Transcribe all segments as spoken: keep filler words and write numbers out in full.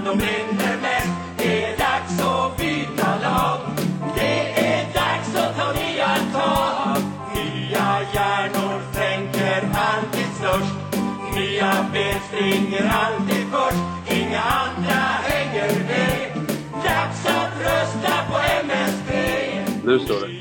de brinner mest. Det är dags att byta lag. Det är dags att ta nya tag. Nya hjärnor tänker alltid störst. Nya ben springer alltid först. Inga andra hänger med. Dags att rösta på M S D. Nu står det.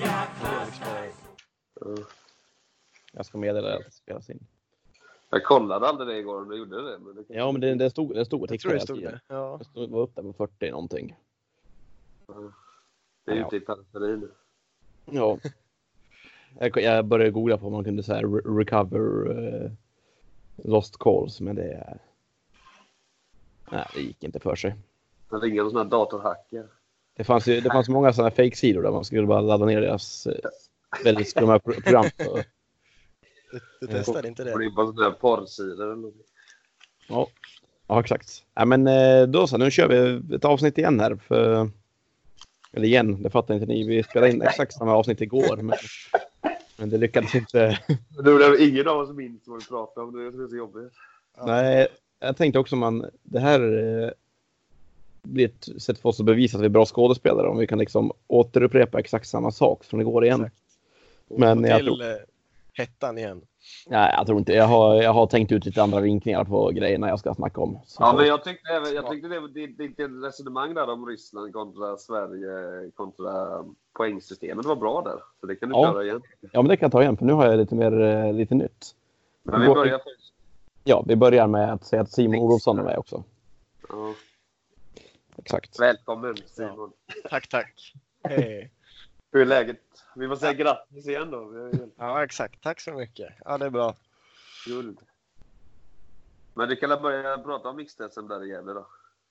Jag ska meddela att det spelas in. Jag kollade aldrig det igår om du gjorde det. Men det ja, men det, det stod det stod jag tror det stod det. Ja. Det stod, var upp där på fyrtio någonting. Ja. Det är ju ute i periferin nu. Ja. Jag, jag började googla på om man kunde säga re- recover uh, lost calls, men det är nej, det gick inte för sig. Det ringer någon sån här datorhacker. Det fanns ju, det fanns många sådana fake-sidor där man skulle bara ladda ner deras uh, väldigt skumma program. Så. Du, du testade inte det? Det är bara sådana här porrsidor eller något. Ja. Ja, exakt. Ja, men uh, då så, nu kör vi ett avsnitt igen här för eller igen, det fattar inte ni. Vi spelade in exakt samma avsnitt igår, men, men det lyckades inte. Det blev ingen av oss minns vad vi pratade om. Det är så jobbigt. Ja. Nej, jag tänkte också man det här eh, blir ett sätt för oss att bevisa att vi är bra skådespelare om vi kan liksom återupprepa exakt samma sak från igår igen. Exakt. Men jag till tror, eh, hettan igen. nej, jag tror inte. Jag har, jag har tänkt ut lite andra vinklingar på grejerna jag ska snacka om. Så ja, men jag tyckte, även, jag tyckte det var det, det, det resonemang där om Ryssland kontra Sverige kontra poängsystemet var bra där. Så det kan du ja. köra igen. Ja, men det kan jag ta igen, för nu har jag lite mer lite nytt. Men vi börjar först. Ja, vi börjar med att säga att Simon Olofsson är med också. Ja. Exakt. Välkommen Simon. Ja. Tack, tack. Hej. Hur är läget? Vi får säga grattis igen då. Ja, exakt. Tack så mycket. Ja, det är bra. Guld. Men du kan börja prata om mixtessen där det gäller då.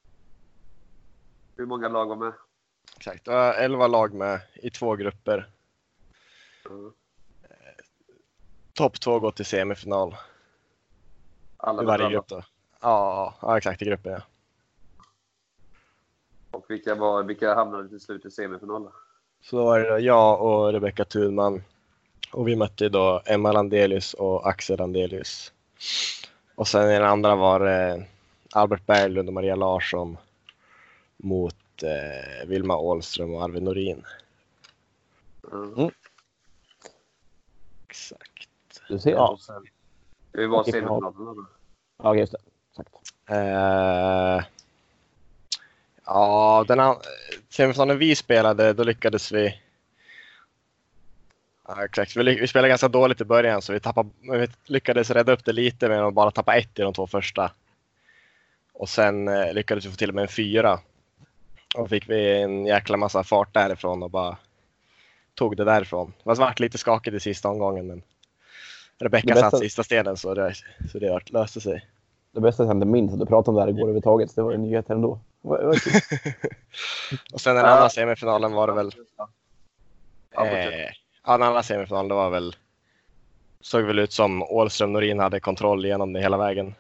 Hur många lag var med? Exakt. Det var elva lag med i två grupper. Mm. Topp två går till semifinal. Alla i varje grupp då. Ja, ja, exakt i gruppen, ja. Och vilka, var, vilka hamnade till slut i semifinal då? Så var det då jag och Rebecka Thunman. Och vi mötte då Emma Landelius och Axel Landelius. Och sen i den andra var det Albert Berglund och Maria Larsson mot eh, Vilma Åhlström och Arvid Norin. Mm. Exakt. Du ser. Ja. Vi var semifinalerna då. Ja, just det. Exakt. Eh, ja, den an- semifinalen vi spelade, då lyckades vi. Ja, exakt. Vi, ly- vi spelade ganska dåligt i början, så vi, tappade, vi lyckades rädda upp det lite med att bara tappa ett i de två första. Och sen eh, lyckades vi få till med en fyra. Och fick vi en jäkla massa fart därifrån och bara tog det därifrån. Det var svart lite skakigt i sista omgången, men Rebecka bästa... satt sista stenen så det, så det löste sig. Det bästa som hände minst att du pratade om det här igår överhuvudtaget, så det var en nyhet här ändå. Och sen den andra semifinalen var det väl eh, ja, den andra semifinalen det var väl såg väl ut som Åhlström Norin hade kontroll genom det hela vägen.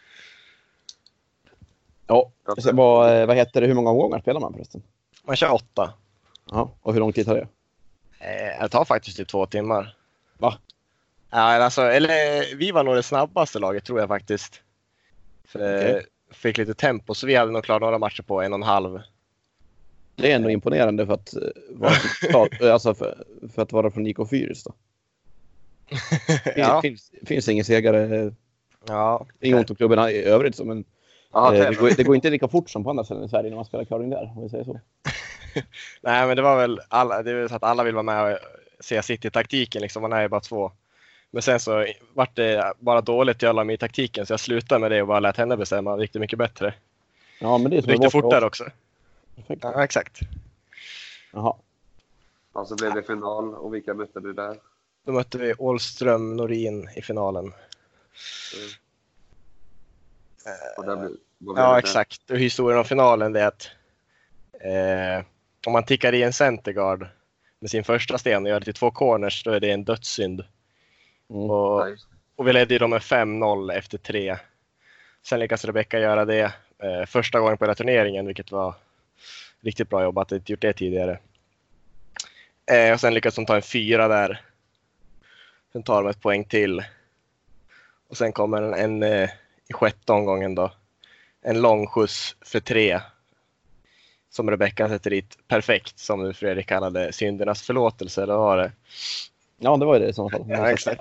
Ja, så vad, vad heter det? Hur många omgångar spelar man förresten? Man kör åtta. Ja, och hur lång tid tar det? Eh, det tar faktiskt typ två timmar. Va? Ja, alltså, eller vi var nog det snabbaste laget tror jag faktiskt. För okay. Fick lite tempo, så vi hade nog klarat några matcher på en och en halv. Det är ändå imponerande för att vara, alltså för, för att vara från I K Fyris då. Ja. Finns, finns ingen segare. Ja. Ingen ont om klubbarna i övrigt så, men Aha, eh, det, går, det går inte lika fort som på andra ställen i Sverige när man spelar curling där, om vi säger så. Nej, men det var väl alla, det är så att alla vill vara med och se sitt i taktiken liksom, man är ju bara två. Men sen så vart det bara dåligt jag la mig i taktiken, så jag slutade med det och bara lät henne bestämma. Det gick det mycket bättre. Ja, men det är så det gick det fortare också. Perfekt. Ja, exakt. Jaha. Ja, så blev det final, och vilka mötte du där? Då mötte vi Åhlström Norin i finalen. Mm. Och där blev, ja, exakt. Och historien om finalen är att eh, om man tickar i en centerguard med sin första sten och gör det till två corners, då är det en dödssynd. Mm. Och, och vi ledde ju dem med fem noll efter tre. Sen lyckas Rebecka göra det eh, första gången på hela turneringen, vilket var riktigt bra jobbat. Jag inte gjort det tidigare. Eh, och sen lyckas de ta en fyra där. Sen tar de ett poäng till. Och sen kommer en, en eh, i sjätte omgången då. en lång skjuts för tre. Som Rebecka sätter dit perfekt, som Fredrik kallade syndernas förlåtelse, eller var det? Ja, det var ju det i så fall. Ja, exakt.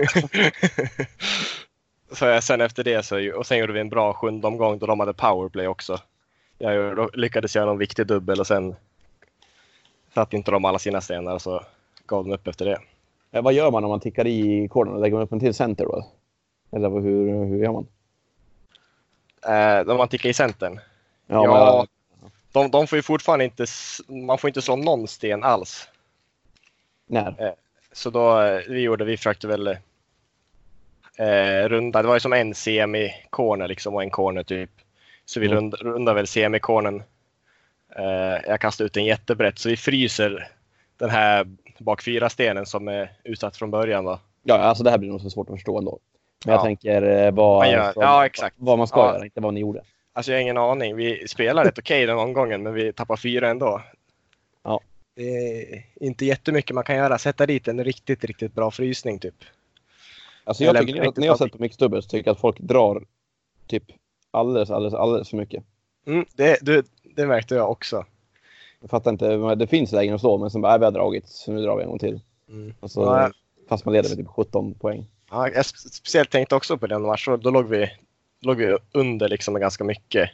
Så sen efter det så, och sen gjorde vi en bra sjunde omgång då de hade powerplay också. Jag lyckades göra någon viktig dubbel och sen satt inte de alla sina stenar, så gav de upp efter det. Ja, vad gör man om man tickar i korden? Lägger man upp en till center då? Eller hur, hur gör man? Eh, om man tickar i centern? Ja, ja men... de, de får ju fortfarande inte, man får inte slå någon sten alls. När? Eh, så då, vi gjorde, vi försökte väl eh, runda, det var ju som en semi-corner liksom och en corner typ. Så vi mm. rund, rundar väl semi-cornern. Eh, jag kastade ut en jättebrett, så vi fryser den här bak fyra stenen som är utsatt från början då. Ja, alltså det här blir nog så svårt att förstå ändå. Men ja. jag tänker vad, man gör, som, ja, exakt. vad man ska ja. göra, inte vad ni gjorde. Alltså jag har ingen aning. Vi spelar rätt okej okay den omgången, men vi tappar fyra ändå. Ja. Det är inte jättemycket man kan göra. Sätta dit en riktigt, riktigt bra frysning typ. Alltså jag tycker när, när jag sett på mixdubbel så tycker jag att folk drar typ alldeles, alldeles, alldeles för mycket. Mm, det, det, det märkte jag också. Jag fattar inte, det finns lägen att slå, men som bara, vi har dragit, så nu drar vi en gång till. Mm. Alltså, ja. Fast man leder med typ sjutton poäng. Ja, jag speciellt tänkte också på den matchen. Då låg vi, låg vi under liksom med ganska mycket.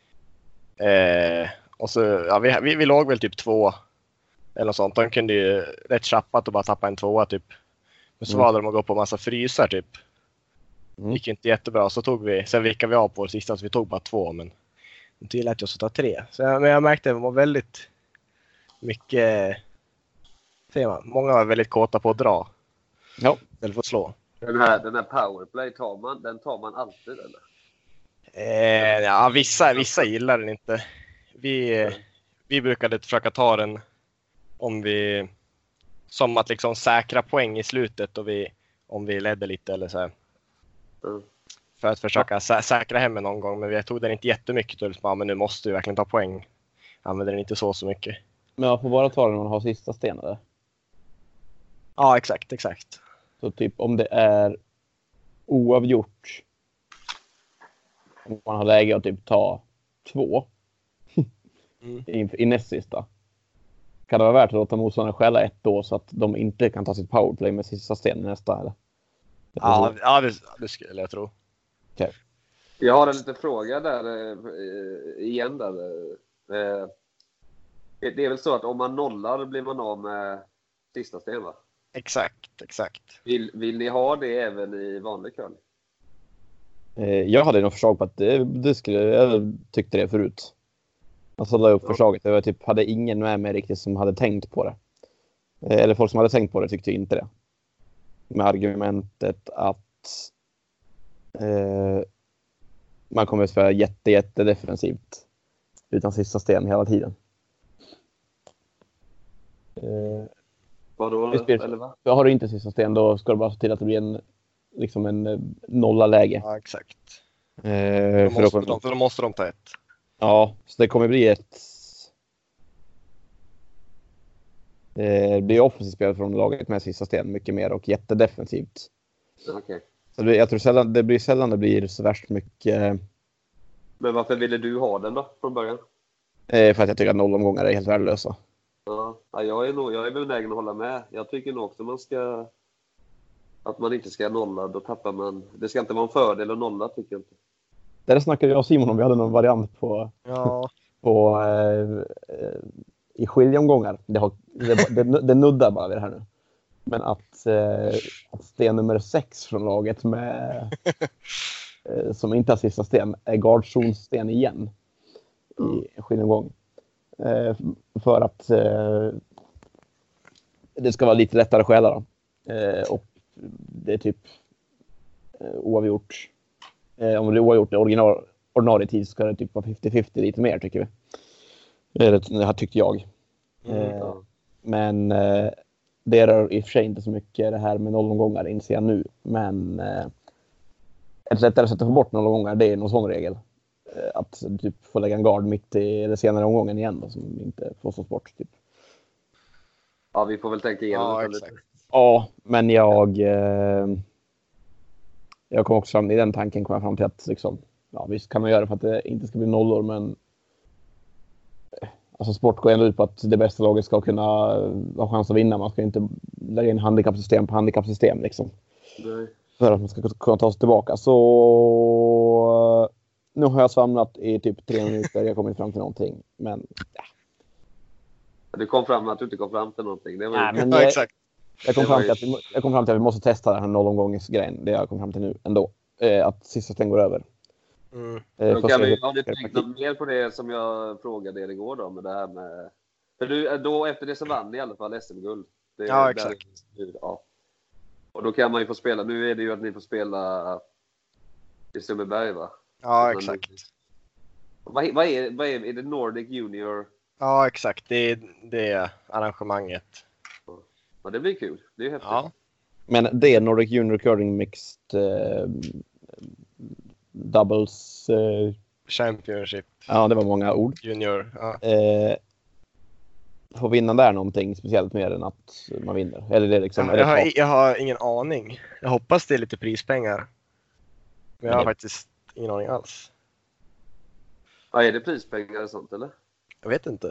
Eh, och så, ja, vi, vi, vi låg väl typ två eller något sånt. De kunde ju rätt chappat och bara tappa en tvåa typ. Men så mm. valde de att gå på massa frysar typ. Mm. Gick inte jättebra. Så tog vi, sen vickade vi av på det sista, så vi tog bara två. Men de tillät oss att ta tre. Så jag, men jag märkte att det var väldigt mycket, ser man, många var väldigt kåta på att dra. Ja. Eller få slå. Den här, den här powerplay tar man, den tar man alltid eller? Eh, ja, vissa, vissa gillar den inte. Vi, mm. vi brukade försöka ta den om vi, som att liksom säkra poäng i slutet och vi, om vi ledde lite eller så här. Mm. För att försöka sä- säkra hem någon gång, men vi tog den inte jättemycket och ja, men nu måste vi verkligen ta poäng. Använder den inte så så mycket. Men man får bara ta den när man har sista stenen eller? Ja, exakt, exakt. Så typ om det är oavgjort, om man har läge att typ ta två mm. i, i näst sista, kan det vara värt att låta motståndaren skälla ett då så att de inte kan ta sitt powerplay med sista stenen i nästa eller? Ja, ja det, det skulle jag tro. Okay. Jag har en liten fråga där eh, igen där. Eh, det är väl så att om man nollar blir man av med sista sten va? Exakt, exakt. Vill, vill ni ha det även i vanlig curling? Eh, jag hade nog förslag på att det, det skulle, jag tyckte det förut. Alltså la upp ja. förslaget. Jag typ, hade ingen med mig riktigt som hade tänkt på det. Eh, eller folk som hade tänkt på det tyckte inte det. Med argumentet att eh, man kommer att spela jätte, jätte defensivt utan sista sten hela tiden. Eh, Vadå? Eller vad? Har du inte sista sten då ska du bara se till att det blir en, liksom en nolla läge. Ja, exakt. Eh, då, för måste då, de, för då måste de ta ett. Ja, så det kommer bli ett det blir offensivt spel från laget med sista sten mycket mer och jättedefensivt. Okay. Så det, jag tror sällan det blir sällan det blir så värst mycket. Men varför ville du ha den då från början? Eh, för att jag tycker att nollomgångar är helt värdelösa. Ja, jag är nog jag är benägen att hålla med. Jag tycker nog också man ska att man inte ska nolla, då tappar man. Det ska inte vara en fördel att nolla tycker jag inte. Det där snackade jag och Simon om, vi hade någon variant på ja. på eh, i skiljeomgångar. Det, har, det, det, det nuddar bara vid det här nu. Men att, eh, att sten nummer sex från laget med eh, som inte har sista sten är guardzonsten igen i skiljeomgång. Eh, för att eh, det ska vara lite lättare att stjäla då. Eh, och det är typ eh, oavgjort. Eh, om det är oavgjort i original, ordinarie tid så ska det typ vara femtio femtio lite mer tycker vi. Det, det här tyckte jag. Mm, eh, ja. Men eh, det rör i och för sig inte så mycket det här med nollomgångar inser jag nu. Men eh, ett lättare sätt att få bort nollomgångar det är någon sån regel. Eh, att typ få lägga en guard mitt i det senare omgången igen då, som inte får slås bort typ. Ja, vi får väl tänka igenom ja, det exakt. lite. Ja, men jag eh, jag kom också fram i den tanken kom jag fram till att liksom ja, visst kan man göra för att det inte ska bli nollor, men alltså sport går ändå ut på att det bästa laget ska kunna ha chans att vinna. Man ska inte lägga in handikappsystem på handikappsystem liksom. Nej. För att man ska kunna ta sig tillbaka. Så nu har jag svamlat i typ tre minuter. Jag har kommit fram till någonting. Men ja. Du kom fram att du inte kom fram till någonting. Det var Nej, ju... men Ja, jag, exakt. jag, kom Det var fram ju- till att vi, jag kom fram till att vi måste testa den här nollomgångesgrejen. Det jag kom fram till nu ändå. Eh, att sista stäng går över. Mm. Eh, Då får kan se vi, hur- har du hur det tänkt praktik- något mer på det som jag frågade er igår då, med det här med... För du, då efter det så vann ni i alla fall S M-guld. Det, Ja, där- exakt. Ja. Och då kan man ju få spela, nu är det ju att ni får spela i Sundbyberg, va? Ja, Men- exakt. Vad, vad, är, vad är, är det Nordic Junior? Ja, exakt. Det är det arrangemanget. Ja, det blir kul. Det är ju häftigt. Ja. Men det är Nordic Junior Curling Mixed eh, Doubles. Eh, Championship ja, det var många ord. Junior. Ja. Eh, får vinna där någonting speciellt mer än att man vinner? Eller det är liksom... är Jag, det jag, har, klart? jag har ingen aning. Jag hoppas det är lite prispengar. Men jag har Nej. faktiskt ingen aning alls. Ja, är det prispengar och sånt, eller? Jag vet inte.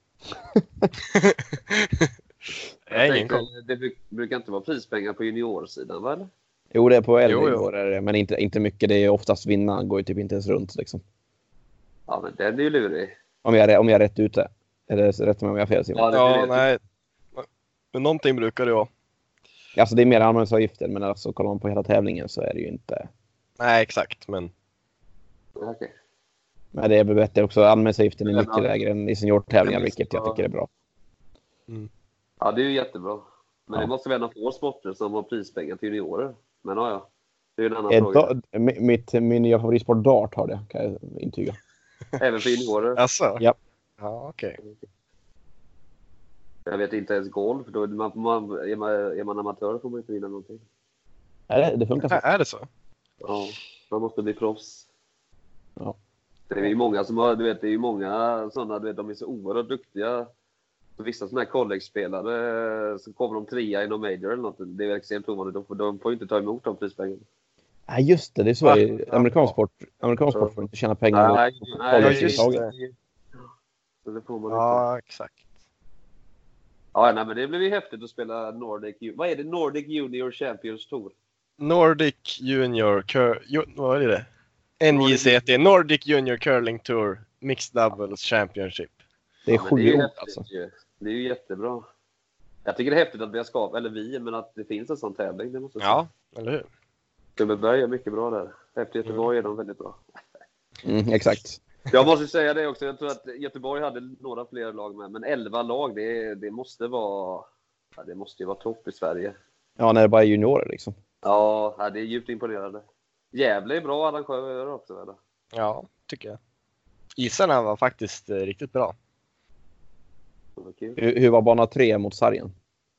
jag har Jag ingen tänkte, koll. det bruk, brukar inte vara prispengar på juniorsidan, va? Eller? Jo, det är på äldre Jo, jo. nivåer, är det, men inte, inte mycket. Det är oftast vinna, går ju typ inte ens runt liksom. Ja, men den är ju lurig. Om jag, är- om jag är rätt ute. Är det rätt om jag är fel, Simon? Ja, det Ja, vet nej. Men någonting brukar det vara. Alltså det är mer anmälningsavgifter, men alltså kollar man på hela tävlingen så är det ju inte... Nej, exakt. Men jag. Okej. Men det är väl bättre också. Anmälningsavgiften är Men, mycket ja. lägre än i seniortävlingar, Det måste vilket jag vara- tycker är bra. Ja, det är ju jättebra. Men Ja. det måste vara en av få sporter som har prispengar till juniorer. Men ja, ja. Det är ju en annan Är fråga. da- mi- mitt, min nya favoritsport dart har det, kan jag intyga. Även för juniorer. alltså. Ja. Ja, okej. Jag vet inte ens golf. Då är, man, man, är, man, är man amatör får man inte vinna någonting. Är det, det funkar så. Ä- Är det så? Ja, man måste bli proffs. Ja. Det är ju många som har, du vet, det är ju många sådana, du vet, de är så oerhört duktiga. Så vissa sådana här college-spelare så kommer de trea i någon major eller något. Det är extremt ovanligt. De får, de får ju inte ta emot de prispengarna. Nej, just det. Det är så Va? i amerikansk sport. Amerikansk sport får inte tjäna pengar. Nej, på nej, college just överhuvudtaget. det. Så det får man inte. Ja, exakt. Ja, nej, men det blir ju häftigt att spela Nordic. Vad är det? Nordic Junior Champions Tour? Nordic Junior Cur... Jo, vad är det? N J C T. Nordic Junior Curling Tour. Mixed Doubles Championship. Det är Ja, men det är sju ju ord häftigt alltså. ju. Det är ju jättebra. Jag tycker det är häftigt att vi har skapat, eller vi, men att det finns en sån tävling. Det måste jag säga. Ja, eller hur? Sundbyberg är mycket bra där. Efter Göteborg är de väldigt bra. Mm, exakt. Jag måste säga det också. Jag tror att Göteborg hade några fler lag med. Men elva lag, det, det måste vara... Ja, det måste ju vara topp i Sverige. Ja, när det bara är juniorer liksom. Ja, ja, det är djupt imponerande. Gävle är bra arrangörer också, eller? Ja, tycker jag. Isarna var faktiskt eh, riktigt bra. Det var kul. Hur, hur var bana tre mot sargen?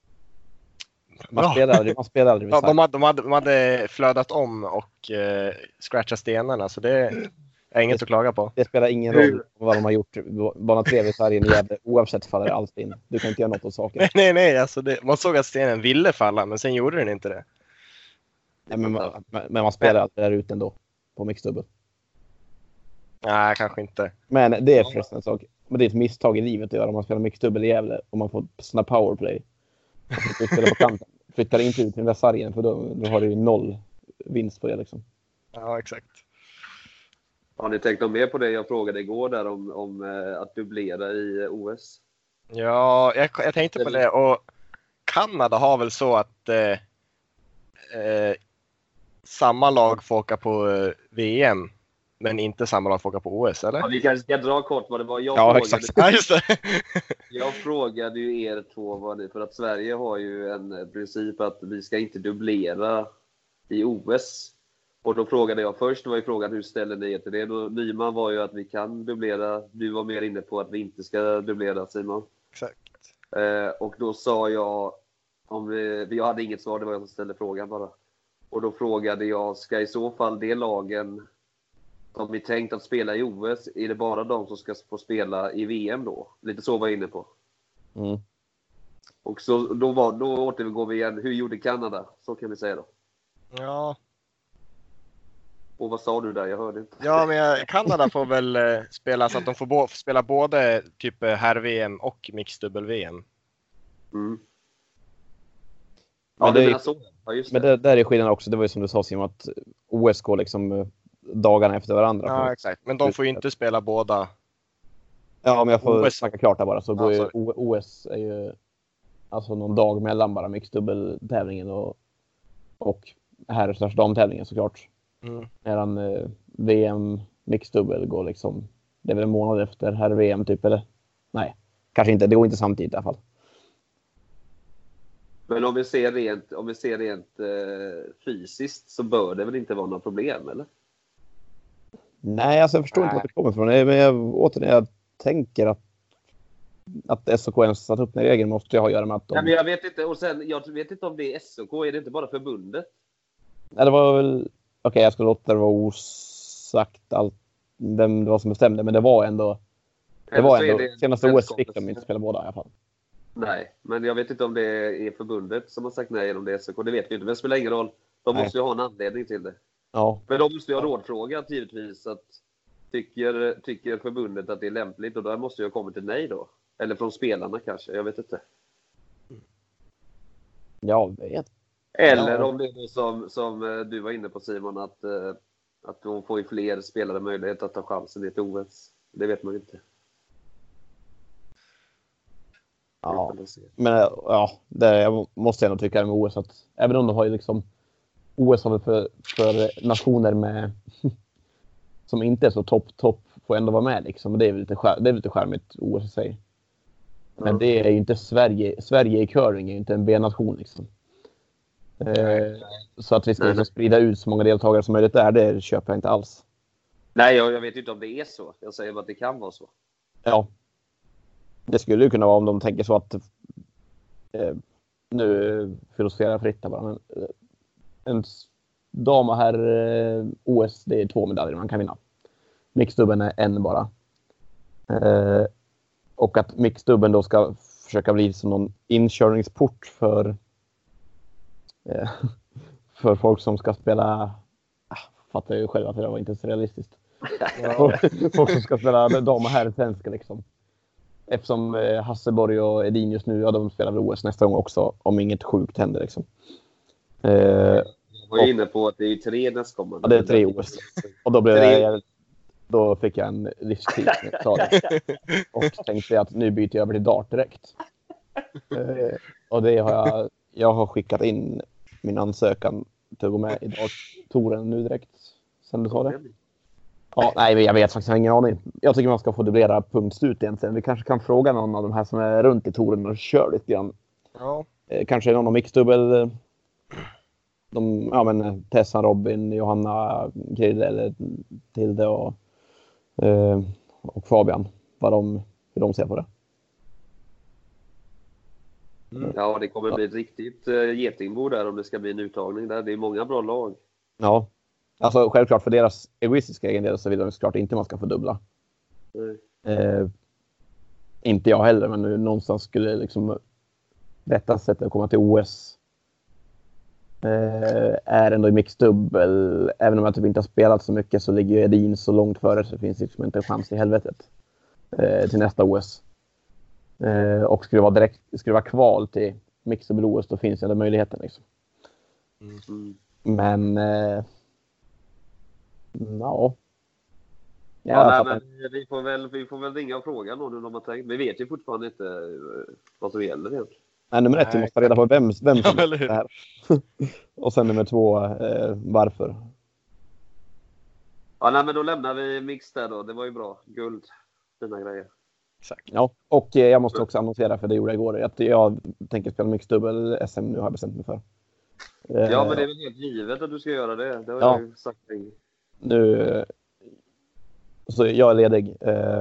Man Bra. spelar aldrig, man spelar aldrig med Ja, sargen. de, hade, de, hade, de hade flödat om och eh, scratchat stenarna, så det är inget att klaga på. Det spelar ingen roll vad de har gjort. Bana tre vid sargen i Gävle, oavsett faller det allt in. Du kan inte göra något åt saken. Nej, nej, nej. Alltså det, man såg att stenen ville falla, men sen gjorde den inte det. Nej, men, man, men man spelar alltid där ute ändå. På mixdubbel. Nej, kanske inte. Men det är förresten en sak. Men det är ett misstag i livet att göra om man spelar mixdubbel i Gävle och man får såna powerplay. Och spela på kanten. Flyttar inte ut till den där sargen, för då, då har du ju noll vinst på det liksom. Ja, exakt. Har ni tänkt något mer på det jag frågade igår där om, om eh, att dubblera i eh, O S? Ja, jag, jag tänkte på det. Och Kanada har väl så att eh, eh, samma lag får åka på eh, V M, men inte samma lag får åka på O S, eller? Ja, vi kanske ska dra kort vad det var. Jag, Ja, frågade, exakt. Ja, just det. jag frågade ju er två vad ni, för att Sverige har ju en princip att vi ska inte dubblera i O S. Och då frågade jag först, då var ju frågan hur ställer ni er till det? Då, Nyman var ju att vi kan dubblera. Du var mer inne på att vi inte ska dubblera, Simon. Exakt. Eh, och då sa jag, om vi, jag hade inget svar, det var jag som ställde frågan bara. Och då frågade jag, ska i så fall det lagen som vi tänkt att spela i O S, är det bara de som ska få spela i V M då? Lite så var jag inne på. Mm. Och så, då, var, då återgår vi igen, hur gjorde Kanada? Så kan vi säga då. Ja. Och vad sa du där? Jag hörde inte. Ja, men jag, Kanada får väl eh, spela så att de får bo, spela både typ herr-V M och mixdubbel-V M. Mm. Men Ja, det det är- menar så. Ja, just Men det. det, där är skillnaden också. Det var ju som du sa Simon, att O S går liksom eh, dagarna efter varandra. Ja, exakt. Men de får ju inte spela båda. Ja, om jag får O S. snacka klart där bara så går Ja, ju sorry. O- OS är ju alltså någon dag mellan bara mixdubbeltävlingen och, och här slash damtävlingen såklart. Mm. Medan eh, V M mixdubbel går liksom, det är väl en månad efter här V M typ eller? Nej, kanske inte. Det går inte samtidigt i alla fall. Men om vi ser rent, om vi ser rent eh, fysiskt så bör det väl inte vara några problem, eller? Nej, alltså jag förstår inte Nej. vart det kommer ifrån. Men jag, återigen, jag tänker att att S O K ens satt upp den regeln måste ju ha att göra med att de... Nej, men jag vet inte, och sen, jag vet inte om det är S O K, är det inte bara förbundet? Nej, det var väl... Okej, okay, jag ska låta det vara osagt allt vem det var som bestämde, men det var ändå... Det Eller var så är ändå... det Senaste O S fick de sällskapets- inte spela båda i alla fall. Nej, men jag vet inte om det är förbundet som har sagt nej eller om det är S O K. Det vet vi inte, men det spelar ingen roll. De Nej. måste ju ha en anledning till det. Ja, Men de måste ju ha rådfrågat givetvis. Att tycker, tycker förbundet att det är lämpligt? Och då måste ju ha kommit ett nej då. Eller från spelarna kanske, jag vet inte. jag vet. Eller Ja. om det är det som, som eh, du var inne på Simon, att, eh, att de får ju fler spelare möjlighet att ta chansen i ett O S. Det vet man ju inte. Ja. Vi får se. Men ja, det jag måste ändå tycka med O S att även om de har ju liksom O S har väl för, för nationer med som inte är så topp topp får ändå vara med liksom. Det är väl lite skär, det är lite charmigt O S i sig. Men Ja. det är ju inte Sverige. Sverige i curling är ju inte en B-nation liksom. Eh, så att vi ska Nej, liksom nej. sprida ut så många deltagare som möjligt där, det köper jag inte alls. Nej, jag, jag vet inte om det är så. Jag säger bara att det kan vara så. Ja. Det skulle ju kunna vara om de tänker så att eh, nu filosoferar jag fritt här bara, men eh, en s- dam och herr eh, O S, det är två medaljer man kan vinna. Mixdubben är en bara. Eh, och att mixdubben då ska försöka bli som någon inkörningsport för eh, för folk som ska spela, ah, fattar jag ju själv att det var inte så realistiskt. Folk som ska spela dam och herr svenska liksom. Eftersom eh, Hasselborg och Edin just nu, ja de spelar väl O S nästa gång också om inget sjukt händer liksom. Eh, Jag var ju inne på att det är ju tre nästkommande. ja, det är tre O S. Och då blev Tre. jag, då fick jag en livstid när jag sa det. Och tänkte att nu byter jag över till dart direkt. Eh, och det har jag, jag har skickat in min ansökan till att gå med i darttouren nu direkt. Sen du sa det. Ja, nej, men jag vet faktiskt, jag har ingen aning. Jag tycker man ska få dubblera punkt slut egentligen. Vi kanske kan fråga någon av de här som är runt i touren och kör lite grann. Ja. Eh, kanske någon av mixdubbel. eh, De, ja men eh, Tessan, Robin, Johanna, Krille eller Tilde och, eh, och Fabian. Vad de, hur de ser på det. Ja, det kommer bli ett riktigt uh, getingbo där om det ska bli en uttagning där. Det är många bra lag. Ja, alltså självklart för deras egoistiska egen del så vill de såklart inte man ska få dubbla. Nej. Eh, inte jag heller, men nu någonstans skulle liksom rätta sättet att komma till O S eh, är ändå i mixdubbel. Även om jag typ inte har spelat så mycket så ligger ju Edin så långt före så det finns liksom inte en chans i helvetet eh, till nästa O S. Eh, och skulle det vara direkt, skulle det vara kval till mixdubbel O S då finns ju den möjligheten liksom. Mm. Men eh, ja. Ja, jag nej, fattar. men vi får, väl, vi får väl ringa och fråga någon hur de har tänkt. Vi vet ju fortfarande inte eh, vad som gäller egentligen. Nej, nummer ett, vi Nej, måste ta reda på vem, vem som Ja, eller hur? är det här. Och sen nummer två, eh, varför. Ja, nej, men då lämnar vi mix där då. Det var ju bra. Guld. Fina grejer. Exakt. Ja, och eh, jag måste också annonsera, för det gjorde jag igår, att jag tänker spela mixdubbel S M nu har jag bestämt mig för. Eh, Ja, men det är väl helt givet att du ska göra det. Det har Ja. jag ju sagt länge. Nu, eh, så jag är ledig. Eh,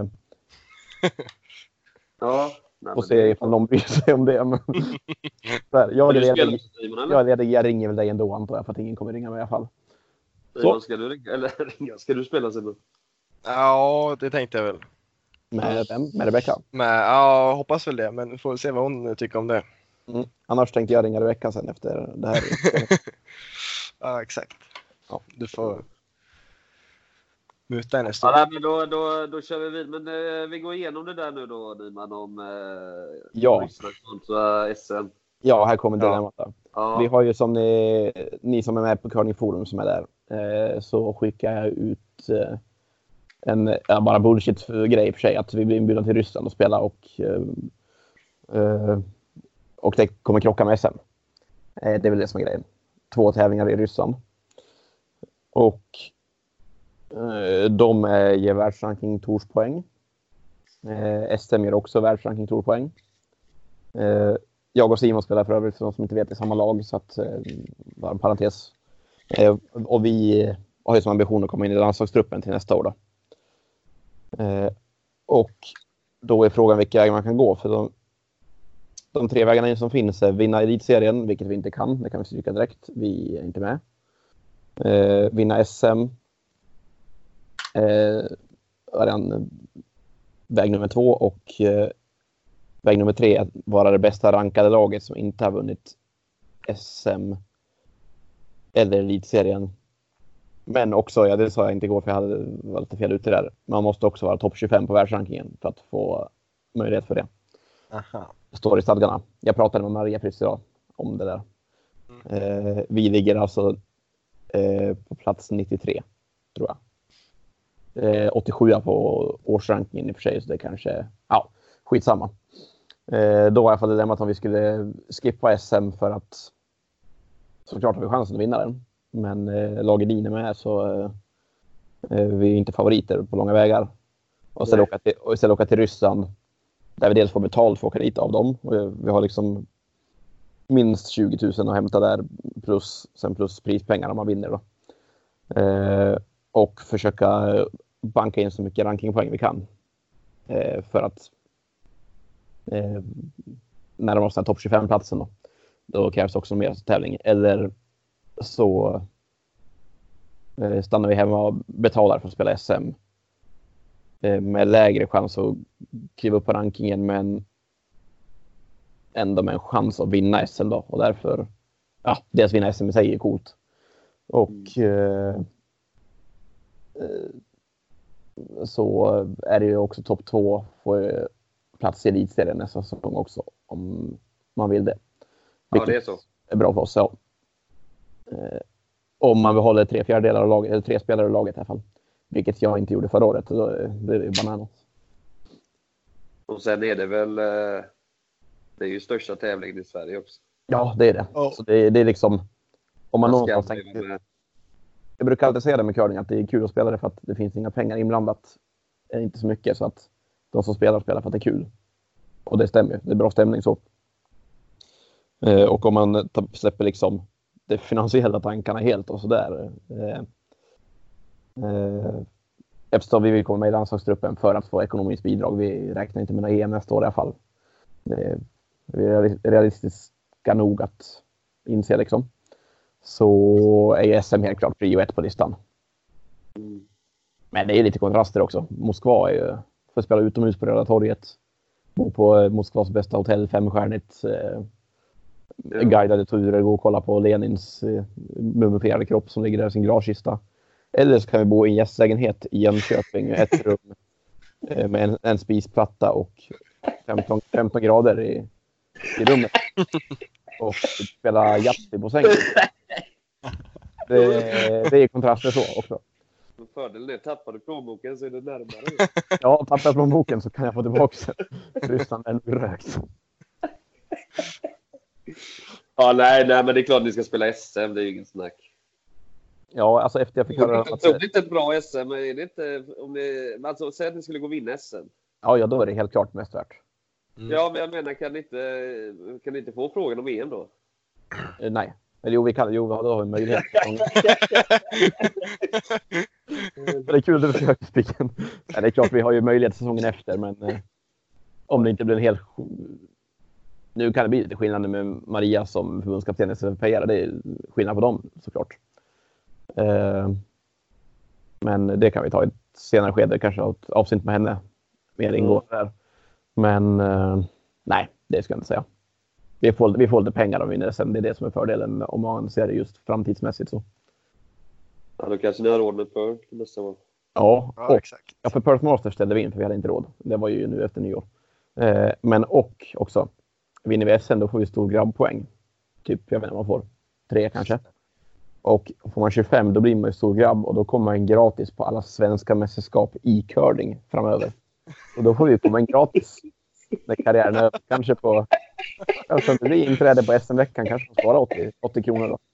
Ja. Nej, och men se det är ifall någon bryr sig om det. Men, så här, jag, är du spelar ledig, med Simon, eller? jag är ledig, jag ringer väl dig ändå antar jag, för att ingen kommer ringa mig i alla fall. Simon, ska du ringa? Eller ringa? Ska du spela Simon? Ja, det tänkte jag väl. Med vem? Med Rebecka. Men ja, hoppas väl det. Men vi får se vad hon tycker om det. Mm. Annars tänkte jag ringa Rebecka sen efter det här. Ja, exakt. Ja. Du får muta en stund. Ja, nej, men då, då, då kör vi vid. Men eh, vi går igenom det där nu då, Nyman, om eh, Ja. Ryssland kontra S M. Ja, här kommer Ja. dilemmat. Ja. Ja. Vi har ju som ni, ni som är med på Curling Forum som är där, eh, så skickar jag ut eh, en ja, bara bullshit-grej för sig att vi blir inbjudna till Ryssland och spela och, eh, eh, och det kommer krocka med S M. Eh, det är väl det som är grejen. Två tävlingar i Ryssland. Och eh, de eh, ger världsranking torspoäng. Eh, S M ger också världsranking torspoäng. Eh, jag och Simon spelar för övrigt, för de som inte vet, i samma lag, så att eh, bara en parentes. Eh, och vi har ju som ambition att komma in i landslagstruppen till nästa år då. Eh, och då är frågan vilka vägar man kan gå, för de, de tre vägarna som finns är vinna elitserien, vilket vi inte kan, det kan vi stryka direkt, vi är inte med. Eh, vinna S M eh, är en väg nummer två, och eh, väg nummer tre att vara det bästa rankade laget som inte har vunnit S M eller elitserien. Men också, ja, det sa jag inte igår för jag hade var lite fel ute där. Man måste också vara topp tjugofem på världsrankingen för att få möjlighet för det. Aha. Det står i stadgarna. Jag pratade med Maria Fritz idag om det där. Mm. Eh, vi ligger alltså eh, på plats nittiotre, tror jag. Eh, åttiosju på årsrankingen i och för sig, så det kanske, ja, skitsamma. Eh, då var jag för dilemmat om vi skulle skippa S M för att såklart har vi chansen att vinna den. Men eh, laget din är med, så eh, vi är inte favoriter på långa vägar. Och sen åka till, och istället åka till Ryssland där vi dels får betalt för att åka dit av dem. Och vi har liksom minst tjugo tusen att hämta där, plus, sen plus prispengar om man vinner då. Eh, och försöka banka in så mycket rankingpoäng vi kan. Eh, för att eh, när de har topp tjugofem-platsen då, då krävs också mer tävling. Eller så eh, stannar vi hemma och betalar för att spela S M. Eh, med lägre chans att kliva upp på rankingen, men ändå med en chans att vinna S M då. Och därför, ja, dels vinna S M i sig är coolt. Och eh, så är det ju också topp två för plats i elitserien nästa säsong också, om man vill det. Ja, det är så. Är bra för oss, ja. Eh, om man behåller tre fjärdedelar av laget, eller tre spelare i laget i alla fall. Vilket jag inte gjorde förra året, då blir det bananas. Och sen är det väl, eh, det är ju största tävlingen i Sverige också. Ja, det är det. Oh. Så det, det är liksom, om man, Man någonstans ska tänker, med. jag brukar alltid säga det med curling, att det är kul att spela det för att det finns inga pengar inblandat. Det är inte så mycket, så att de som spelar spelar för att det är kul. Och det stämmer, det är bra stämning så. Eh, och om man släpper liksom de finansiella tankarna helt och sådär. Eh, eh, eftersom vi vill komma med i landslagstruppen för att få ekonomiskt bidrag. Vi räknar inte med några E M nästa år i alla fall. Det, vi är realistiska nog att inse liksom. Så är S M helt klart prio ett på listan. Mm. Men det är lite kontraster också. Moskva är ju, för att spela utomhus på Röda torget. Bo på Moskvas bästa hotell, femstjärnigt. Eh, Ja. Guidade turer, gå och kolla på Lenins eh, mumifierade kropp som ligger där i sin gravkista. Eller så kan vi bo i en gästlägenhet i Jönköping, ett rum eh, med en, en spisplatta och femton, femton grader i, i rummet. Och spela Yatzy på sängen. Det, det är kontraster så också. Fördelen är, tappar du plånboken så är det närmare. Ja, tappar jag plånboken så kan jag få tillbaka Ryssland än rökt. Ja, nej, nej, men det är klart att ni ska spela S M, det är ju ingen snack. Ja, alltså efter jag fick höra Jag att... tror det inte ett bra S M, är det inte, om ni, alltså säg att ni skulle gå och vinna S M. Ja, ja, då är det helt klart mest värt. Mm. Ja, men jag menar, kan ni inte, kan ni inte få frågan om E M då? Eh, nej. Eller jo, vi kan, jo, då har vi en möjlighet. Det är kul att du försöker spiken. Ja, det är klart vi har ju möjlighet säsongen efter, men eh, om det inte blir en hel... Nu kan det bli lite skillnad med Maria som förbundskapten i C F P R. Det är skillnad på dem såklart. Eh, men det kan vi ta i ett senare skede. Kanske ha ett avsnitt med henne mer ingående där. Men eh, nej, det ska jag inte säga. Vi får, vi får lite pengar om vi vinner sen. Det är det som är fördelen om man ser det just framtidsmässigt så. Ja, då kanske ni har råd med Pearl nästa år. Ja, Ja, och, exakt. ja, för Perth Masters ställde vi in för vi hade inte råd. Det var ju nu efter nyår. Eh, men och också, vinner vi S M då får vi stor grabbpoäng. Typ, jag vet inte vad man får. Tre kanske. Och får man tjugofem då blir man ju stor grabb och då kommer man gratis på alla svenska mästerskap i curling framöver. Och då får vi komma in gratis när karriären är kanske på, alltså om det blir inträde på S M-veckan kanske man sparar åttio, åttio kronor då.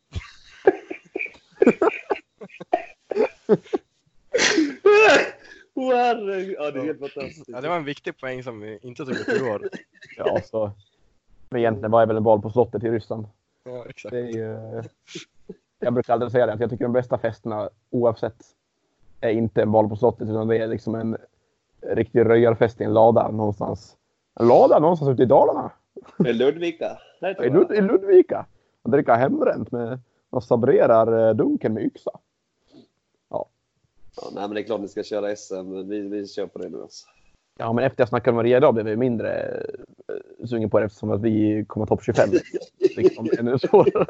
Herregud. Ja, det är helt fantastiskt. Ja, det var en viktig poäng som vi inte tog upp igår. Ja, så men egentligen var jag väl en bal på slottet till Ryssland. Ja, exakt. Det är ju, jag brukar aldrig säga det, att jag tycker de bästa festerna oavsett är inte en bal på slottet utan det är liksom en riktig röjarfest i en lada någonstans. En lada någonstans ute i Dalarna. I Ludvika. I, Lud- I Ludvika. Och dricka hemränt med och sabrerar dunken med yxa. Ja. Ja, nej, men det är klart ni ska köra S M. Vi, vi kör på det nu alltså. Ja, men efter jag snackade med Maria idag blev vi mindre uh, sugen på det eftersom att vi kommer topp tjugofem. Liksom, ännu svårare.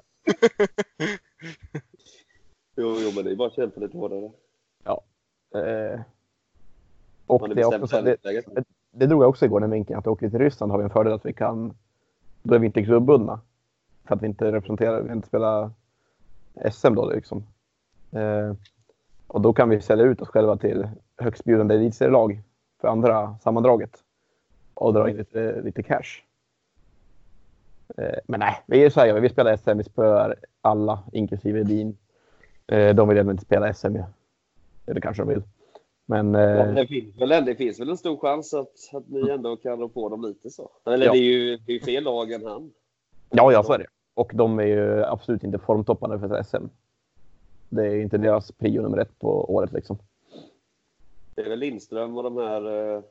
Jo, jo, men det är bara att kämpa lite hårdare. Ja. Uh, och Man är det, är bestämt också, själv det, i läget. det, det drog jag också igår när vinkeln att vi åker till Ryssland har vi en fördel att vi kan, då är vi inte klubbundna. För att vi inte representerar, vi inte spelar S M då liksom. Uh, och då kan vi sälja ut oss själva till högstbjudande elitserielag för andra sammandraget. Och dra in lite, lite cash. Eh, men nej, vi är så här, vi spelar S M, vi spöar alla, inklusive Edin. Eh, de vill ändå inte spela S M. Ja. Det kanske de vill. Men, eh, Ja, det, finns väl, det finns väl en stor chans att, att ni ändå kan rå på dem lite så. Eller ja. det är ju det är ju fel lag än han. Ja, ja, så är det. Och de är ju absolut inte formtoppande för S M. Det är inte deras prio nummer ett på året liksom. Det är väl Lindström och de här... Uh...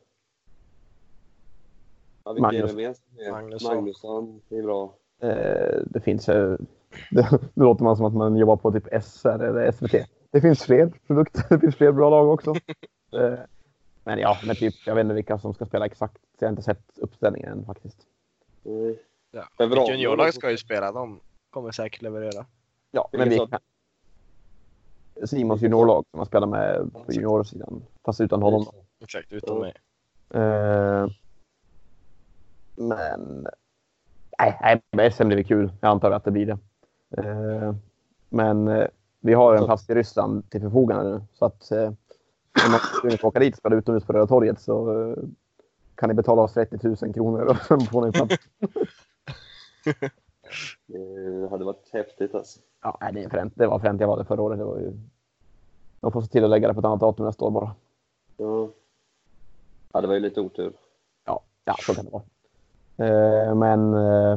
Ja, Magnus. är det med? Magnusson. Magnusson, det är bra. Eh, det finns... Eh, det, det låter man som att man jobbar på typ S R eller S V T. Det finns fler produkter, det finns fler bra lag också. eh, men ja, men typ, jag vet inte vilka som ska spela exakt. Så jag har inte sett uppställningen än faktiskt. Mm. Ja. Februari. Juniorlag ska ju spela, de kommer säkert leverera. Ja, men vi kan... Simons juniorlag som man spelar med på juniorsidan. Fast utan honom. Exakt, utom mig. Eh, men... Nej, nej, med S M blir det kul. Jag antar att det blir det. Eh, men eh, vi har en plats i Ryssland till förfogande nu. Så att eh, om man vill åka dit och spela utomhus på Röda torget så eh, kan ni betala oss trettio tusen kronor och sen får ni plats. Det hade varit häftigt alltså. Ja, nej, det, är fränt. Det var fränt jag var det förra året. Det var ju... De får se till att lägga det på ett annat datum nästa år bara. Ja. Ja, det var ju lite otur. Ja, ja så kan det vara. Eh, men... Eh,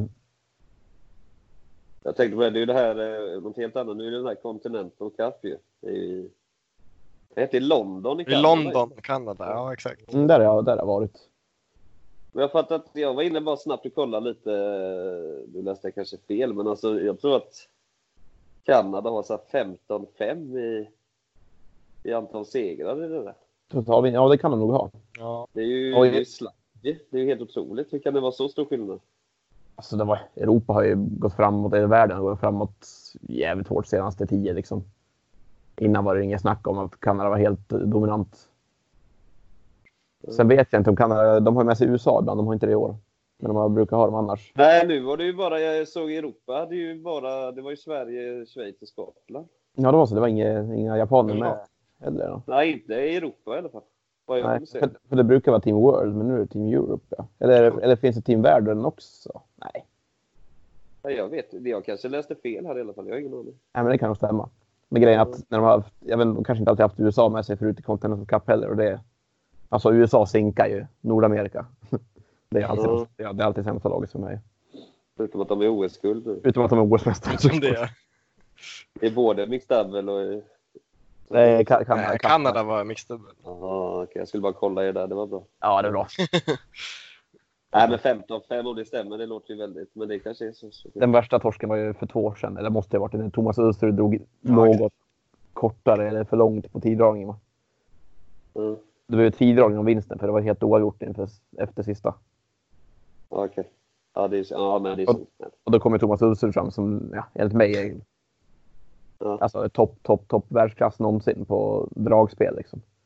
Jag tänkte på det, det är ju det här, eh, något helt annat. Nu är det den här Continental Cup ju. Det är ju... Det heter London i I Kanada. London, Kanada, ja exakt. mm, där har jag, där har jag varit. Men jag fattar att jag var inne bara snabbt och kollade lite. Du läste kanske fel, men alltså jag tror att Kanada har så här femton fem i, i antal segrar i det där. Total, ja, det kan de nog ha. Ja. Det är ju, Oj. det är ju slapp. Det är ju helt otroligt. Hur kan det vara så stor skillnad? Alltså det var, Europa har ju gått framåt, eller världen har gått framåt jävligt hårt senaste tio liksom. Innan var det inget snack om att Kanada var helt dominant. Sen vet jag inte om Kanada, de har med sig U S A ibland, de har inte det i år. Men de brukar ha dem annars. Nej, nu var det ju bara, jag såg i Europa, hade ju bara, det var ju Sverige, Schweiz och Skottland. Ja, det var så. Det var inga, inga japaner med. Eller, då. Nej, inte i Europa i alla fall. Vad jag Nej, vill se. för, för det brukar vara Team World, men nu är det Team Europe. Ja. Eller, eller finns det Team Världen också? Nej. Ja, jag vet, jag kanske läste fel här i alla fall, jag har ingen aning. Nej, men det kan nog stämma. Men grejen är att när de har, jag vet, de kanske inte alltid haft U S A med sig förut i Continental Cup heller. Och det, alltså U S A sinkar ju Nordamerika. Det är alltid, Ja. ja, det är alltid sämsta laget för mig. Förutom att de är O S-guld nu. Utom att de är O S-mästare. Som det är. Det är både mixed double och... Nej, kan, kan, Nej, kan, Kanada var mixed double. Jaha, okej. Jag skulle bara kolla er där, det var bra. Ja, det är bra. Nej, men femton fem om det stämmer, det låter ju väldigt. Men det kanske är så. så. Den värsta torsken var ju för två år sedan. Eller måste det ha varit när Thomas Österud drog något kortare eller för långt på tiddragningen. Va? Mm. Det var ju tiddragning om vinsten för det var helt oavgjort inför, efter sista. Ja, okej. Ja, det är, ja, men det är så. Och då kommer Thomas Österud fram som, ja, enligt mig är Ja. alltså topp, topp, topp världsklass någonsin på dragspel liksom.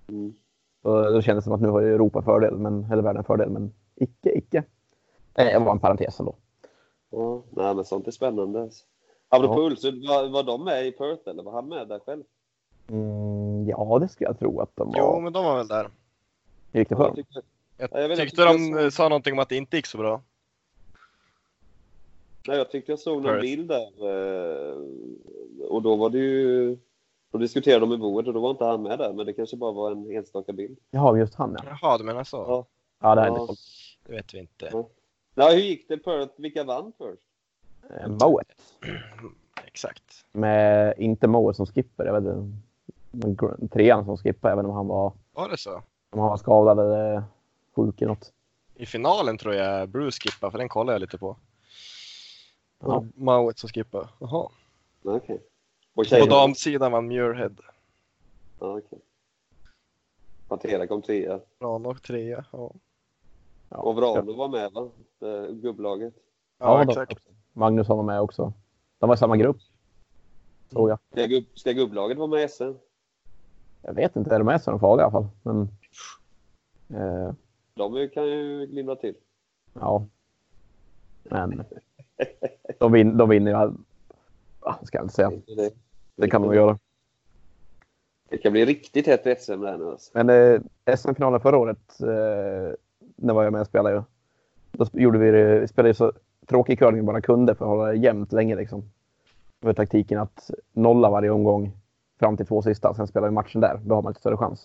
Mm. Och då kändes det som att nu har Europa fördel, men, eller världen fördel, men icke, icke. Det var en parentes ändå. Ja, nej, men sånt är spännande. Apropå Ja. Ulsrud, var, var de med i Perth eller var han med där själv? Mm, ja, det skulle jag tro att de var. Jo, men de var väl där. Hur gick det för Ja, dem? jag tyckte, Jag Ja, jag vet, jag tyckte tyckte de jag såg- sa någonting om att det inte gick så bra. nej, jag tyckte jag såg någon Perth. bild där. eh, Och då var det ju... Då diskuterade de med boet och då var inte han med där. Men det kanske bara var en enstaka bild. Jaha, just han ja. Jaha, du menar så? Ja. Ja, det här är Ja. inte folk. Det vet vi inte. Ja. Nej, hur gick det Perth? Vilka vann först? Eh, Moet. Exakt. Med inte Moet som skipper. Jag vet inte. Men gr- trean som skippar, även om han var, Var det så? om han var skadad eller sjuk i något. I finalen tror jag Bruce skippade, för den kollar jag lite på. Ja. Och Mauet som skippade. Jaha. Nej, okej. Och På tjejerna? damsidan var Muirhead. Ja, okej. Pantera kom trea. Ran och trea. Ja, Ja, Och Vrano var med, va? Det, gubblaget. ja, Ja, de- exakt. Magnusson var med också. De var i samma grupp. Såg jag. Ska, gubb, ska gubblaget vara med i S M? Jag vet inte, är de med så de farliga i alla fall. Men, eh, De kan ju glimra till. ja. Men de, vin, de vinner ju. all- Ah, ska jag inte säga. Det, Det kan de göra. det kan bli riktigt hett i S M där nu. Alltså. Men eh, S M-finalen förra året, eh, när var jag med och spelade ju. Då sp- gjorde vi det, spelade ju så tråkig curling bara kunde för att hålla det jämnt länge liksom. Det var taktiken att nolla varje omgång fram till två sista. Sen spelar vi matchen där. Då har man lite större chans.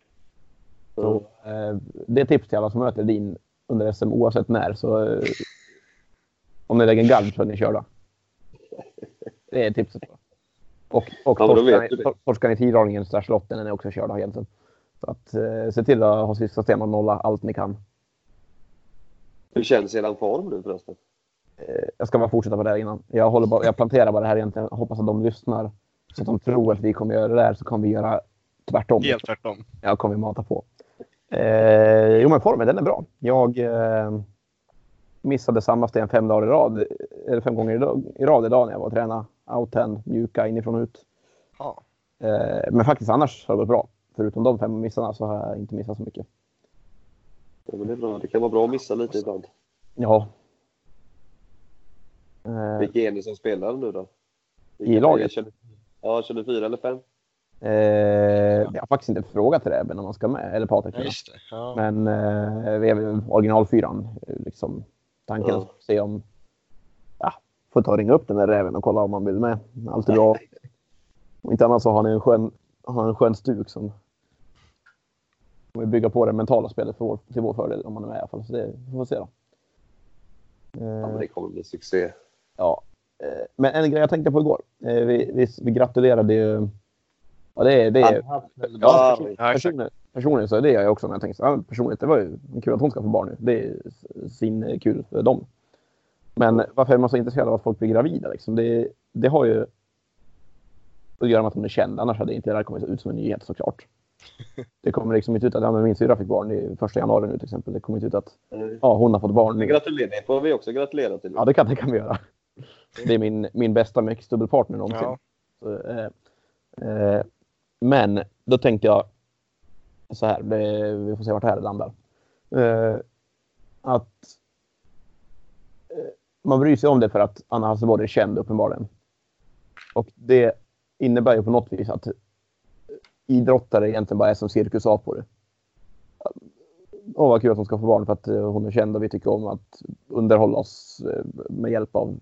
Så eh, det är tips till alla som möter din under S M oavsett när. Så eh, om ni lägger en galv så är ni körda. Det är tipset. Och, och Ja, men då vet torskan, du det. tor- torskan i tiddragningen slash lotten är också körda egentligen. Så att eh, se till att ha sista sten och nolla allt ni kan. Hur känns eran form nu förresten? Eh, jag ska bara fortsätta på det här innan. Jag, håller bara, jag planterar bara det här egentligen. Jag hoppas att de lyssnar. Så att de tror att vi kommer göra det där, så kommer vi göra tvärtom. Helt tvärtom. Jag kommer mata på. Eh, jo, men formen den är bra. Jag eh, missade samma sten fem dagar i rad. Eller fem gånger i, dag, i rad idag när jag var och tränade. Outhand, mjuka, inifrån och ut. Ja. Eh, men faktiskt annars har det gått bra. Förutom de fem missarna så har jag inte missat så mycket. Ja, men det är bra. Det kan vara bra att missa lite ibland. Ja. Eh, Vilka är ni som spelar nu då? I laget? Känner, ja, känner fyra eller fem? eh, jag har faktiskt inte frågat till Rebben om man ska med. Eller Patrik. Ja, just det. Ja. Men eh, vi är väl originalfyran. Liksom, tanken Ja. att se om... Ja, får ta och ringa upp den där räven och kolla om man vill med. Allt är bra. Om inte annat så har ni en skön, har en skön stuk som... Som vi bygger på det mentala spelet för vår, till vår fördel om man är med i alla fall. Så det får vi se då. Eh, Ja, men det kommer bli succé. Ja. Eh, men en grej jag tänkte på igår. Eh, vi, vi, vi gratulerade ju... Ja, det är... Det är ja, Ja, person, ja, exakt. personligen, personligen så är det jag också när jag tänker så, ja, personligen, det var ju kul att hon ska få barn nu. Det är sin kul för dem. Men varför är man så intresserad av att folk blir gravida? Liksom? Det, det har ju att göra med att hon är känd. Annars hade inte det där kommit ut som en nyhet såklart. Det kommer liksom inte ut att ja, men min syra fick barn i första januari nu till exempel. Det kommer inte ut att ja, hon har fått barn nu. Gratulerar. Det får vi också gratulera till. Ja, det kan, det kan vi göra. Det är min, min bästa mixdubbelpartner någonsin. Ja. Så, eh, eh, men då tänkte jag så här, det, vi får se vart det här landar. Eh, att eh, man bryr sig om det för att Anna Hasselborg är känd uppenbarligen. Och det innebär ju på något vis att idrottare egentligen bara är som cirkusapor. Åh, vad kul att hon ska få barn för att eh, hon är känd och vi tycker om att underhålla oss eh, med hjälp av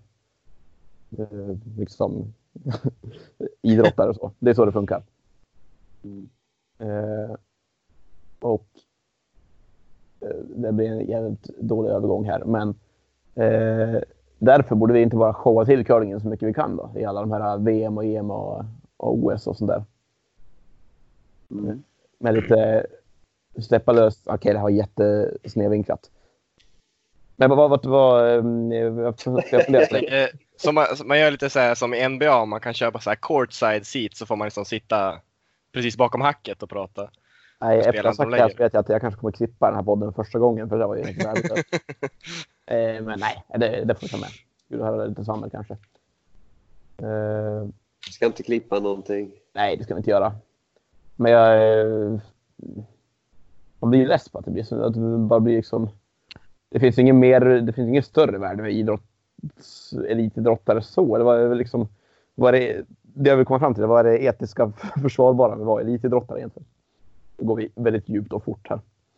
eh, liksom idrottare och så. Det är så det funkar. Mm. Eh, och eh, det blir en jävligt dålig övergång här. Men eh, därför borde vi inte bara showa till curlingen så mycket vi kan då. I alla de här V M och E M och, och O S och sånt där. Mm. Med lite släppa lös. Okej, okay, det har jättesnedvinklat. Men vad vad vad jag funderar Eh, som man, som man gör lite så här som i N B A, man kan köpa så här courtside seat, så får man liksom sitta precis bakom hacket och prata. Nej, efter att spelarna jag sagt de det här lägger. så vet jag att jag kanske kommer klippa den här podden första gången, för det var ju inte värdigt. eh, Men nej, det, det får vi ta med. Vill du höra lite svammel kanske? Eh, Ska inte klippa någonting. nej, det ska vi inte göra. Men jag, eh, man blir less på att det blir så att det bara blir liksom, det finns ingen mer, det finns ingen större värde med idrott, elitidrottare så. Det var liksom, var det, det jag vill komma fram till, det var det etiska försvarbara med att vara elitidrottare egentligen. Då går vi väldigt djupt och fort här.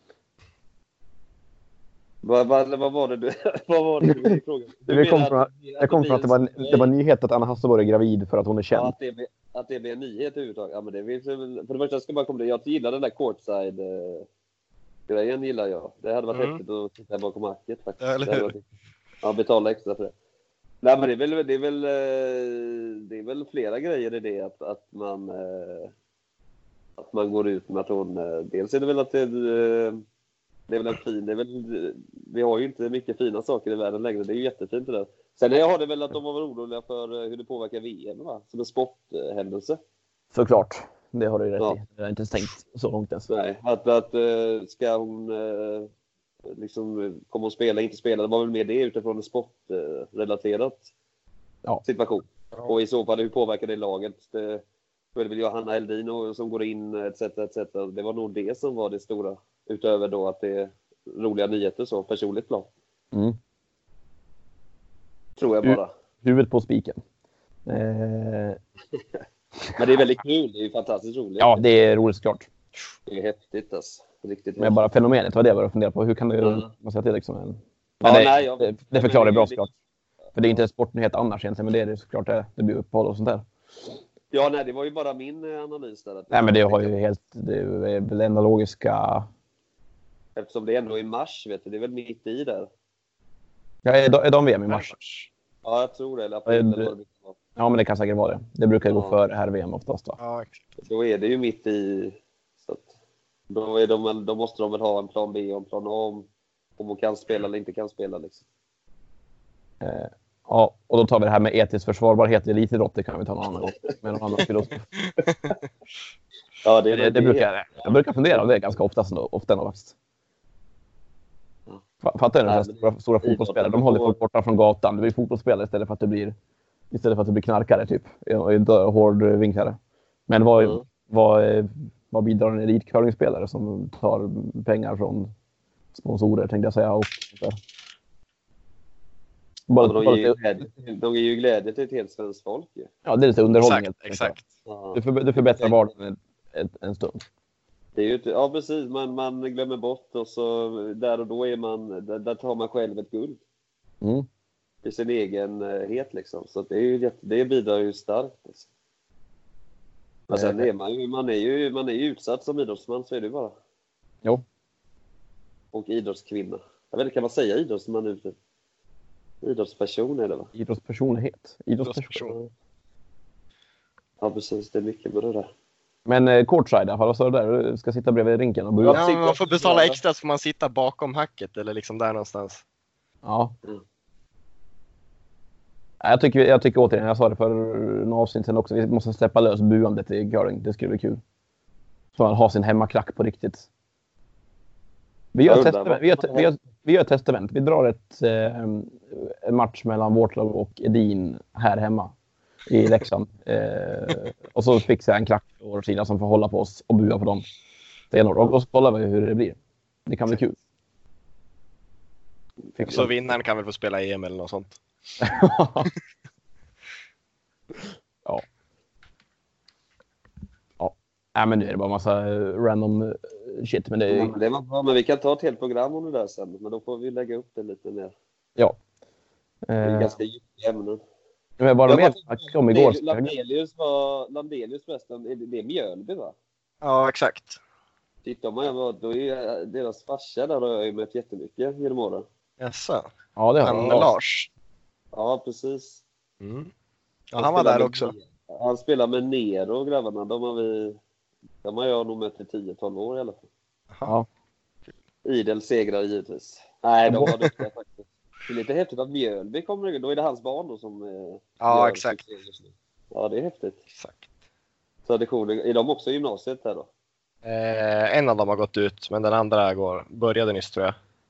Vad, vad, vad var det du, vad var det du frågade? Du det kom från, att, jag kom från att det var, det var nyhet att Anna Hasselborg är gravid för att hon är känd. Ja, att, det blir, att det blir en nyhet överhuvudtaget. Ja, men det vill, för det första ska bara komma det. Jag gillar den där courtside eh, grejen gillar jag. Det hade varit mm. häftigt att titta bakom hacket faktiskt. Ja, eller hur? Varit, ja, betala extra för det. Nej, men det är väl, det är väl, det är väl flera grejer i det att, att man att man går ut med att hon, dels är det väl att det, det är väl en fin, det är väl, vi har ju inte mycket fina saker i världen längre, det är ju jättefint det där. Sen jag har det väl att de var oroliga för hur det påverkar V M, va? Som en sporthändelse. Såklart, det har du ju rätt ja. i. Jag har inte tänkt så långt ens. Nej, att, att ska hon liksom komma och spela, inte spela, det var väl mer det utifrån en sportrelaterat ja. situation. Ja. Och i så fall hur påverkar det laget? Det, då är det väl Johanna Heldin som går in et cetera et cetera. Det var nog det som var det stora, utöver då att det är roliga nyheter så personligt plan. Mm. Tror jag bara. Huvudet på spiken. Eh... Men det är väldigt kul, det är ju fantastiskt roligt. Ja, det är roligt såklart. Det är häftigt alltså. Riktigt. Men bara fenomenet var det jag började fundera på. Hur kan du, mm. man säga till liksom en... Ja, det, nej, jag... det, det förklarar det bra såklart. För det är inte en sportnyhet annars egentligen, men det är det såklart det, det blir uppehåll och sånt där. Ja, nej, det var ju bara min analys där. Nej, men det har ju helt, det är väl enda logiska... Eftersom det ändå är i mars, vet du, det är väl mitt i där. Ja, är de, är de V M i mars? Ja, jag tror det. Eller april, eller vad det var. Ja, men det kan säkert vara det. Det brukar ja. gå för här V M oftast va? Ja, då är det ju mitt i... Så att, då, är de, då måste de väl ha en plan B och en plan A om, om de kan spela eller inte kan spela. Liksom. Eh, ja, och då tar vi det här med etisk försvarbarhet i elitidrott. Det kan vi ta någon annan gång. Med någon annan filosof. Ja, det, det, det brukar jag. Jag brukar fundera på det ganska ofta, ofta ändå faktiskt. Fattar du? Nej, stora, stora fotbollsspelare. De håller folk borta från gatan. Det blir fotbollsspelare istället för att det blir istället för att det blir knarkare typ. Hård vinkare. Men vad, mm. vad, vad bidrar en elitcurlingspelare som tar pengar från sponsorer tänkte jag säga. Och bara, ja, de, ger ju glädje, de ger ju glädje till ett helt svenskt folk. Ja, ja det är lite underhållning. Exakt. exakt. Ja. Du, för, du förbättrar vardagen en, en stund. Det är ju, ja, precis. Man, man glömmer bort och så där och då är man, där, där tar man själv ett guld. Mm. I sin egenhet liksom. Så det, är ju, det bidrar ju starkt. Alltså. Men sen är man ju, man är ju, man är ju utsatt som idrottsman, så är det bara. Jo. Och idrottskvinna. Jag vet inte, kan man säga idrottsman ute? Idrottsperson är det va? Idrottspersonlighet. Idrottsperson. Ja, precis. Det är mycket med det där. Men eh, courtside, vad sa du där? Du ska sitta bredvid rinken och börja. Ja, man får betala extra så får man sitta bakom hacket eller liksom där någonstans. Ja. Mm. Jag tycker, jag tycker återigen, jag sa det för några avsnitt sen också, vi måste släppa lös buandet i curling. Det skulle bli kul. Så man har sin hemmaklack på riktigt. Vi gör, testevent, vi, gör, vi, gör, vi gör ett testevent. Vi drar ett eh, en match mellan vårt lag och Edin här hemma i Leksand. Eh, och så fixar jag en klack på vår sida som får hålla på oss och bua på dem. Det är och, och så kollar vi hur det blir. Det kan bli kul. Fixa. Så vinnaren kan väl få spela E M eller något sånt. Ja. Ja. Nej, men nu är det bara massa random shit. Men det är... Ja, men det var bra, men vi kan ta ett helt program om det där sen. Men då får vi lägga upp det lite mer. Ja. Det är ganska djupa ämnen. Men bara med om igår. Landelius var Landelius förresten. Det är Mjölby va? Ja, exakt. Titta man, då är deras farsa där har jag ju mött jättemycket genom åren. Jaså? Ja, det har han. Lars. Ja, precis. Mm. Ja, han, han var där också. Med, han spelar med Nero och grabbarna. De har vi de har jag nog mött i tio tolv år i alla fall. Ja. Idel segrar givetvis. Nej, de var duktiga faktiskt. Det är lite häftigt att Mjölby kommer igång. Då är det hans barn då som eh, ja, exakt. Ja, det är häftigt. Exakt. Traditioner. Är de också i gymnasiet här då? Eh, en av dem har gått ut, men den andra går, började nyss tror jag.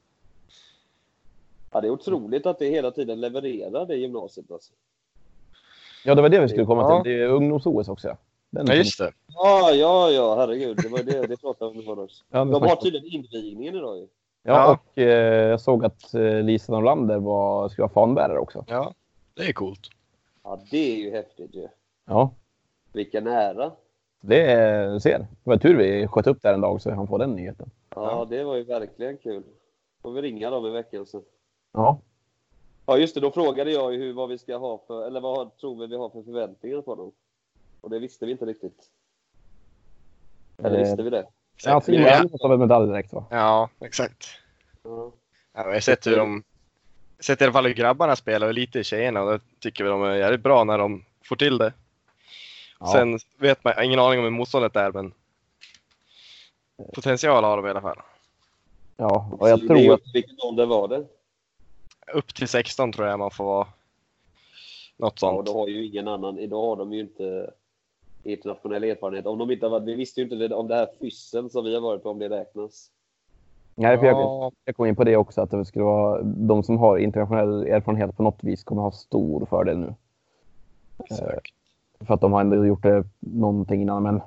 Ja, det är otroligt att det hela tiden levererar det gymnasiet alltså. Ja, det var det vi skulle komma ja. till. Det är ungdoms-O S också. Den Ja, just det. Ja, ja, ja, herregud. Det var det, det pratade vi om också. Ja, De har tydligen invigningen idag ju. Ja, Ja. och eh, jag såg att eh, Lisa Norlander var, skulle vara fanbärare också. Ja, det är coolt. Ja, det är ju häftigt ju. Ja, Vilken ära. det är, ser. Det var tur vi sköt upp där en dag så han får den nyheten. Ja, det var ju verkligen kul. Får vi ringa dem i veckan sen. Ja, Ja, just det. Då frågade jag ju hur, vad vi ska ha för, eller vad tror vi vi har för förväntningar på dem. Och det visste vi inte riktigt. Eller Eh, visste vi det? ja Simon Ja. Simon tar väl medalj direkt va? Ja, exakt. Ja. Ja, jag har sett hur de... Sett i alla fall hur grabbarna spelar och lite tjejerna. Och det tycker vi de är jävligt bra när de får till det. Ja. Sen vet man, jag har ingen aning om hur motståndet är, men potential har de i alla fall. Ja, och jag Så tror det, att... vilken ålder var det? Upp till sexton tror jag man får vara. Något Ja, och sånt. då har ju ingen annan, idag har de ju inte internationell erfarenhet. Om de inte har varit, vi visste ju inte om det här fyssen som vi har varit på, om det räknas. Nej, för jag, Ja. jag kom in på det också, att det skulle vara de som har internationell erfarenhet på något vis kommer ha stor fördel nu. Exakt. För att de har ändå gjort det någonting innan, men...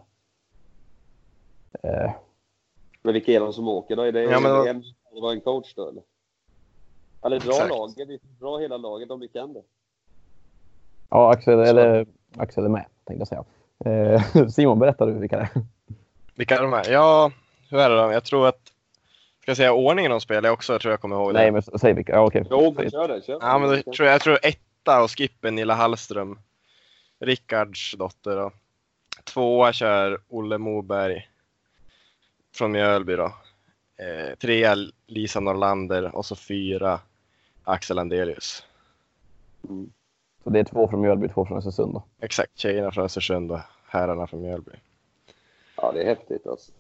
Eh, Men vilka är de som åker då? Är det, Ja, men då- en, det var en coach då eller? Eller dra Exakt. laget, det är bra hela laget om vi kan det. ja, Axel, eller Axel är med, tänkte jag säga. Eh, Simon, berättar du vilka det är? Vilka är de här? Ja, hur är det då? Jag tror att... Ska jag säga ordningen de spelar också? Jag tror jag kommer ihåg det. Nej, men säg vilka. Ja, okej. Jo, men kör det, kör. Ja, men då tror jag, jag tror etta och skippen Nilla Hallström. Rickards dotter då. Tvåa kör Olle Moberg från Mjölby då. Eh, trea Lisa Norlander och så fyra Axel Andelius. Mm. Så det är två från Mjölby, två från Östersund då. Exakt, tjejerna från Östersund och herrarna från Mjölby. Ja, det är häftigt alltså.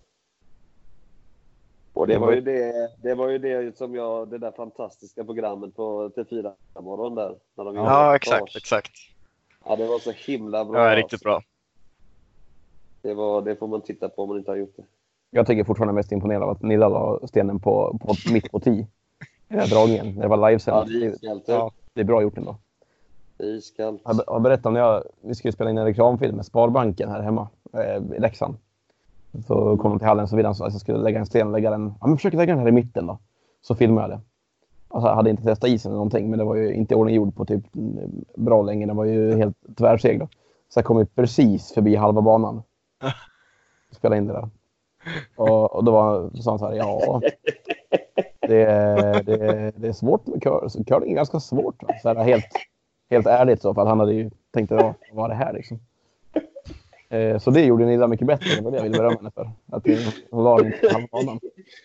Och det var ju det, det var ju det som jag, det där fantastiska programmet på T fyra morgon där. När de gjorde Ja, reportage. exakt, exakt. Ja, det var så himla bra. Ja, riktigt alltså. bra. Det, var, det får man titta på om man inte har gjort det. Jag tycker fortfarande mest imponerad av att Nilla la stenen på, på mitt på tio. I den här dragningen. Det var Ja, livesänd. det är iskallt. Ja, det är bra gjort ändå. Det är iskallt. Jag har berättat om när jag, vi skulle spela in en reklamfilm med Sparbanken här hemma eh, i Leksand. Så kom de till hallen så ville han så att jag skulle lägga en sten och lägga den. Ja, men försök lägga den här i mitten då. Så filmade jag det. Alltså, jag hade inte testat isen eller någonting, men det var ju inte ordning gjord på typ bra länge. Den var ju helt tvärseg då. Så jag kom ju precis förbi halva banan. Spela in det där. Och, och då var, så sa han så här, ja. Det är, det, är, det är svårt med curling. Curling är ganska svårt. Va? Så här, helt, helt ärligt så, för att han hade ju tänkt, ja, vad var det här liksom? Eh, så det gjorde Nilla mycket bättre. Det var det jag ville berömma henne för. Att hon la den inte på halva banan.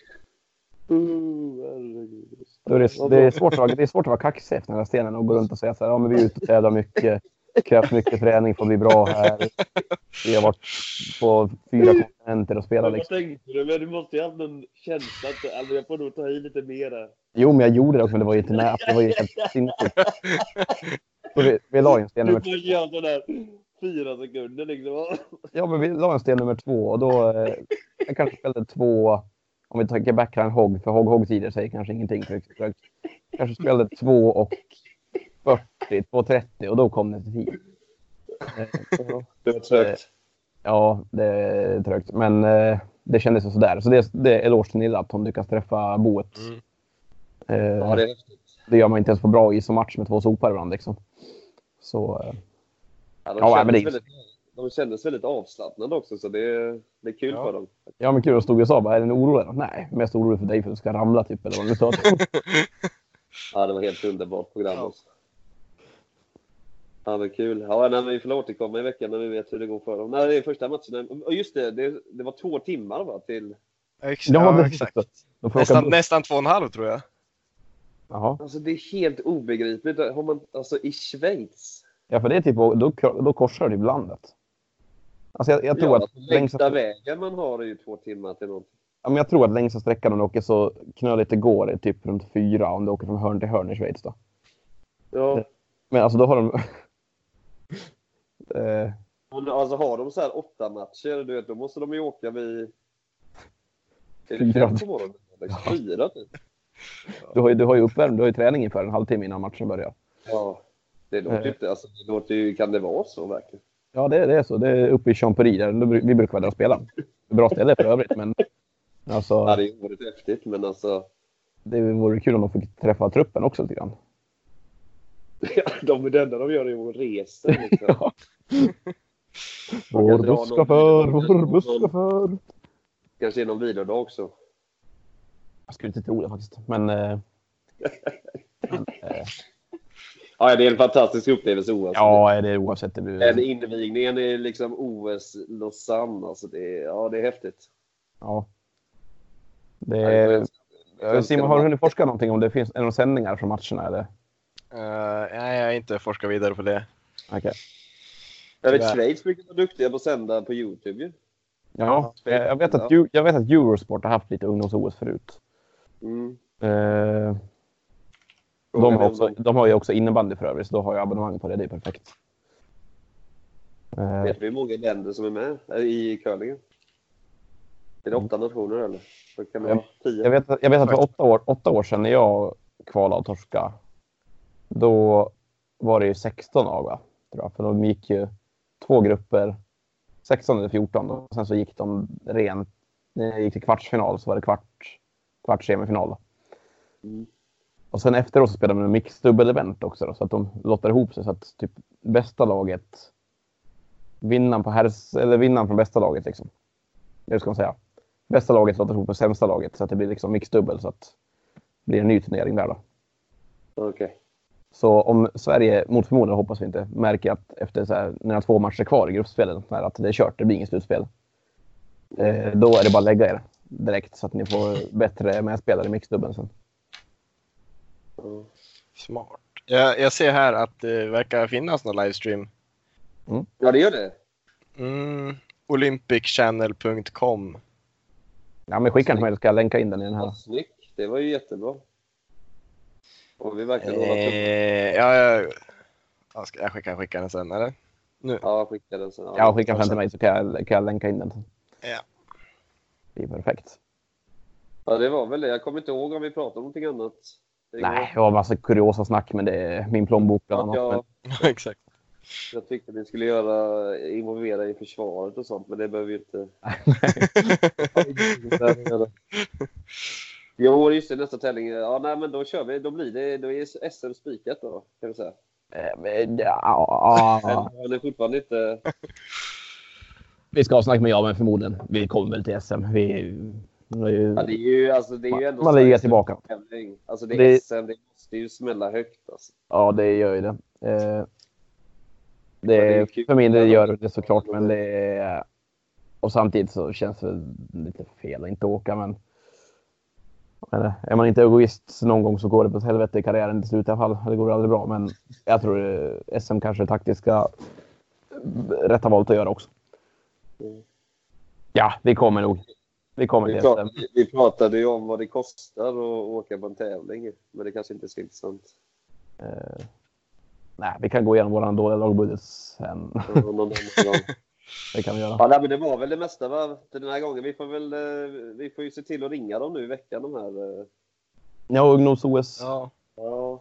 Uh, herregud. Då är det, det, är svårt att, vara- det är svårt att vara kaxig efter den här stenen och gå runt och säga så här, ja men vi är ute och tävlar mycket, krävs mycket träning för att bli bra här. Vi har varit på fyra kontinenter och spelat Vad liksom. tänkte du? Men du måste ju ha någon känsla att alltså, jag får nog ta i lite mer där. Jo, men jag gjorde det också, men det var ju inte nära. Det var ju helt sinnessjukt. Så vi, vi la ju en sten Du nummer får göra sådär fyra sekunder liksom. Ja, men vi la en sten nummer två och då eh, jag kanske spelade två, om vi tar backhand hogg, för hogg hogg tider säger kanske ingenting för högt. högt. Kanske spelade två och fyrtio, två trettio och då kom det till tio. Eh, Det var trögt. ja, det är trögt, men eh, det kändes ju sådär. Så det, det är eloge till Nilla att hon lyckas träffa boet. Mm. Eh, Ja, det är häftigt. det gör man inte ens på bra is och match med två sopar ibland liksom. Så eh, Ja, de, Ja, kändes men det är- väldigt, de kändes väldigt avslappnade också, så det är, det är kul Ja. för dem. ja, men kul att stod och sa, bara, är den orolig? Nej, mest orolig för dig för att du ska ramla typ, eller vad du sa. Ja, det var helt underbart program också. Ja, men kul. Ja, nej, vi får återkomma i veckan när vi vet hur det går för dem. Nej, det är första matchen. Och just det, det, det var två timmar va, till... Ex- Ja, ja, det- exakt. De får åka Nästan, buss. nästan två och en halv tror jag. Jaha. Alltså det är helt obegripligt. Har man, alltså i Schweiz. Ja, för det är typ, då, då korsar det typ landet. Alltså jag, jag tror Ja, att alltså, längsta, längsta vägen man har är ju två timmar till någonting. ja, men jag tror att längsta sträckan om du åker så knöligt det går är typ runt fyra om du åker från hörn till hörn i Schweiz då. Ja. Men alltså då har de... eh, Men alltså har de så här åtta matcher, du vet, då måste de ju åka vid... Är det Fyra. fem på morgonen? Eller Fyra typ. du, har ju, du har ju uppvärmd, du har ju träning inför en halvtimme innan matchen börjar. Ja, det låter ju inte, alltså det låter ju, kan det vara så verkligen? Ja, det, det är så. Det är uppe i Champery där vi brukar vara där och spela. Bra ställe för övrigt, men alltså... Ja, det är oerhört häftigt, men alltså... Det vore kul om de fick träffa truppen också lite grann. Ja, de är det enda de gör är att resa. Liksom. Ja. Vår busschaufför, vår busschaufför. Kanske genom vilodag också. Jag skulle inte tro det faktiskt, men... Eh, men eh, ja, det är en fantastisk upplevelse oavsett. Ja, det är oavsett. Det blir... En invigningen är liksom O S Lausanne. Alltså det är, ja, det är häftigt. Ja. Det är... Ja, Simon, har du hunnit forska någonting om det finns några sändningar från matcherna eller? Uh, nej, jag har inte forskat vidare på det. Okej. Okay. Jag vet, Schweiz brukar vara duktiga på att sända på YouTube ju. Ja, jag vet, att, jag vet att Eurosport har haft lite ungdoms-O S förut. Mm. Eh, de, har också, de har ju också innebandy för övrigt, så då har jag abonnemang på det, det är perfekt. Eh, vet du hur många länder som är med i curlingen? Är det åtta nationer eller? Så kan det vara tio. Jag vet, jag vet att för åtta år, åtta år sedan när jag kvalade och torska, då var det ju sexton lag, va? Tror jag. För de gick ju två grupper, sexton eller fjorton, och sen så gick de rent, när jag gick till kvartsfinal så var det kvart, kvart semifinal. Då. Mm. Och sen efteråt så spelade de en mix-dubbel-event också då, så att de lottade ihop sig så att typ bästa laget, vinnaren på herrs, eller vinnaren från bästa laget liksom. Det ska man säga. Bästa laget lottar ihop med sämsta laget så att det blir liksom mix-dubbel så att det blir en ny turnering där då. Okej. Okay. Så om Sverige, mot förmodan hoppas vi inte, märker att efter så här, när två matcher kvar i gruppspelet att det är kört, det blir inget slutspel. Eh, då är det bara att lägga er direkt så att ni får bättre medspelare i mixdubbeln sen. Mm. Smart. Jag, jag ser här att det verkar finnas någon livestream. Mm. Ja, det gör det. Mm. olympic channel punkt com. Ja, men skicka den, ska jag länka in den i den här. Snyggt. Det var ju jättebra. Och vi verkligen eh, ja, jag, jag, ska, jag skickar, skickar den sen, eller? Nu. Ja, skicka den sen. Ja, ja skicka den till mig så kan jag, kan jag länka in den. Ja. Det är perfekt. Ja, det var väl det. Jag kommer inte ihåg om vi pratade om någonting annat. Det Nej, det var en massa kuriosa snack, men det är min plånbok bland annat. Ja, ja, exakt. Jag tyckte ni skulle göra, involvera i försvaret och sånt, men det behöver vi inte. Jo, just det, nästa tävling. Ja, nej, men då kör vi. Då blir det, då är S M spikat då, kan vi säga. Men, ja, men det är fortfarande inte... Vi ska ha snack med ja, men förmodligen. Vi kommer väl till S M. Vi, det är ju, ja, det är ju, alltså, det är ju ändå... Man ligger tillbaka. Tävling. Alltså, det är det, S M, det måste ju smälla högt. Alltså. Ja, det gör ju det. Eh, det, är, det är för min del gör det såklart, men det är... Och samtidigt så känns det lite fel att inte åka, men... Eller, är man inte egoist någon gång så går det på helvete i karriären till slut i alla fall. Det går aldrig bra, men jag tror S M kanske är taktiska rätta valet att göra också. Mm. Ja, vi kommer nog. Vi kommer till vi, prat, vi pratade ju om vad det kostar att åka på en tävling, men det kanske inte är så intressant. Uh, nej, vi kan gå igenom våran dåliga lagbudget sen. Ja, det kan vi göra. Ja, men det var väl det mesta, va? Den här gången. Vi får väl vi får ju se till att ringa dem nu i veckan, de här. Ja, ungdoms-O S. Ja. Ja.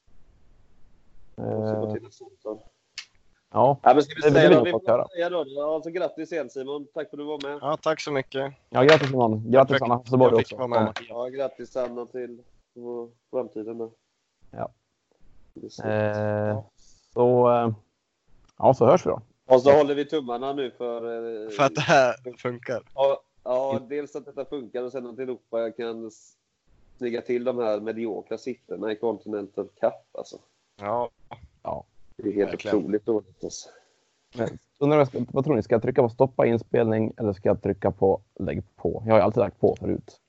Uh, ja. Ja, ja, men ska vi säga det, det vi får säga då? Ja, så grattis igen, Simon. Tack för att du var med. Ja, tack så mycket. Ja, grattis Simon. Grattis fick, Anna Hafseborg också. Ja, grattis Anna till framtiden då. Ja. Eh, så, ja, så hörs vi då. Och så håller vi tummarna nu för... För att det här funkar. Ja, ja, dels att detta funkar och sen att Europa kan snygga till de här mediokra siffrorna i Continental Cup. Alltså. Ja. Ja. Det är helt verkligen otroligt dåligt. Alltså. Men, vad tror ni? Ska jag trycka på stoppa inspelning eller ska jag trycka på lägg på? Jag har ju alltid lagt på förut.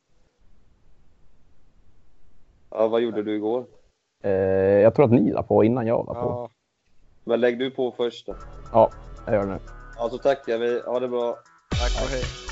Ja, vad gjorde du igår? Eh, jag tror att ni la på innan jag la på. Ja. Men lägg du på först då. Ja, jag gör det nu. Ja, så tackar vi. Ha det bra. Tack och hej.